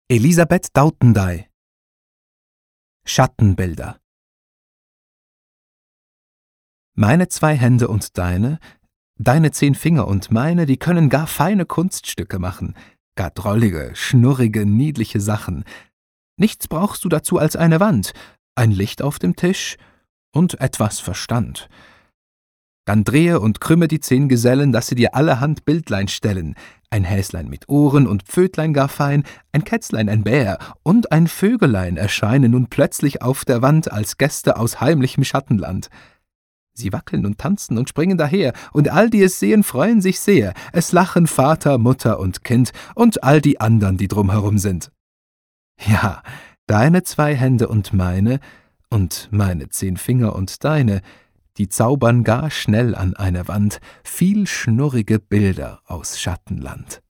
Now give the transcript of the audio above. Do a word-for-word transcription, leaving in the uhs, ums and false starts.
Elisabeth Dautendey. Schattenbilder. Meine zwei Hände und deine, deine zehn Finger und meine, die können gar feine Kunststücke machen, gar drollige, schnurrige, niedliche Sachen. Nichts brauchst du dazu als eine Wand, ein Licht auf dem Tisch und etwas Verstand. Dann drehe und krümme die zehn Gesellen, dass sie dir allerhand Bildlein stellen, ein Häslein mit Ohren und Pfötlein gar fein, ein Kätzlein, ein Bär und ein Vögelein erscheinen nun plötzlich auf der Wand als Gäste aus heimlichem Schattenland. Sie wackeln und tanzen und springen daher, und all die es sehen, freuen sich sehr, es lachen Vater, Mutter und Kind und all die andern, die drumherum sind. Ja, deine zwei Hände und meine, und meine zehn Finger und deine, die zaubern gar schnell an einer Wand viel schnurrige Bilder aus Schattenland.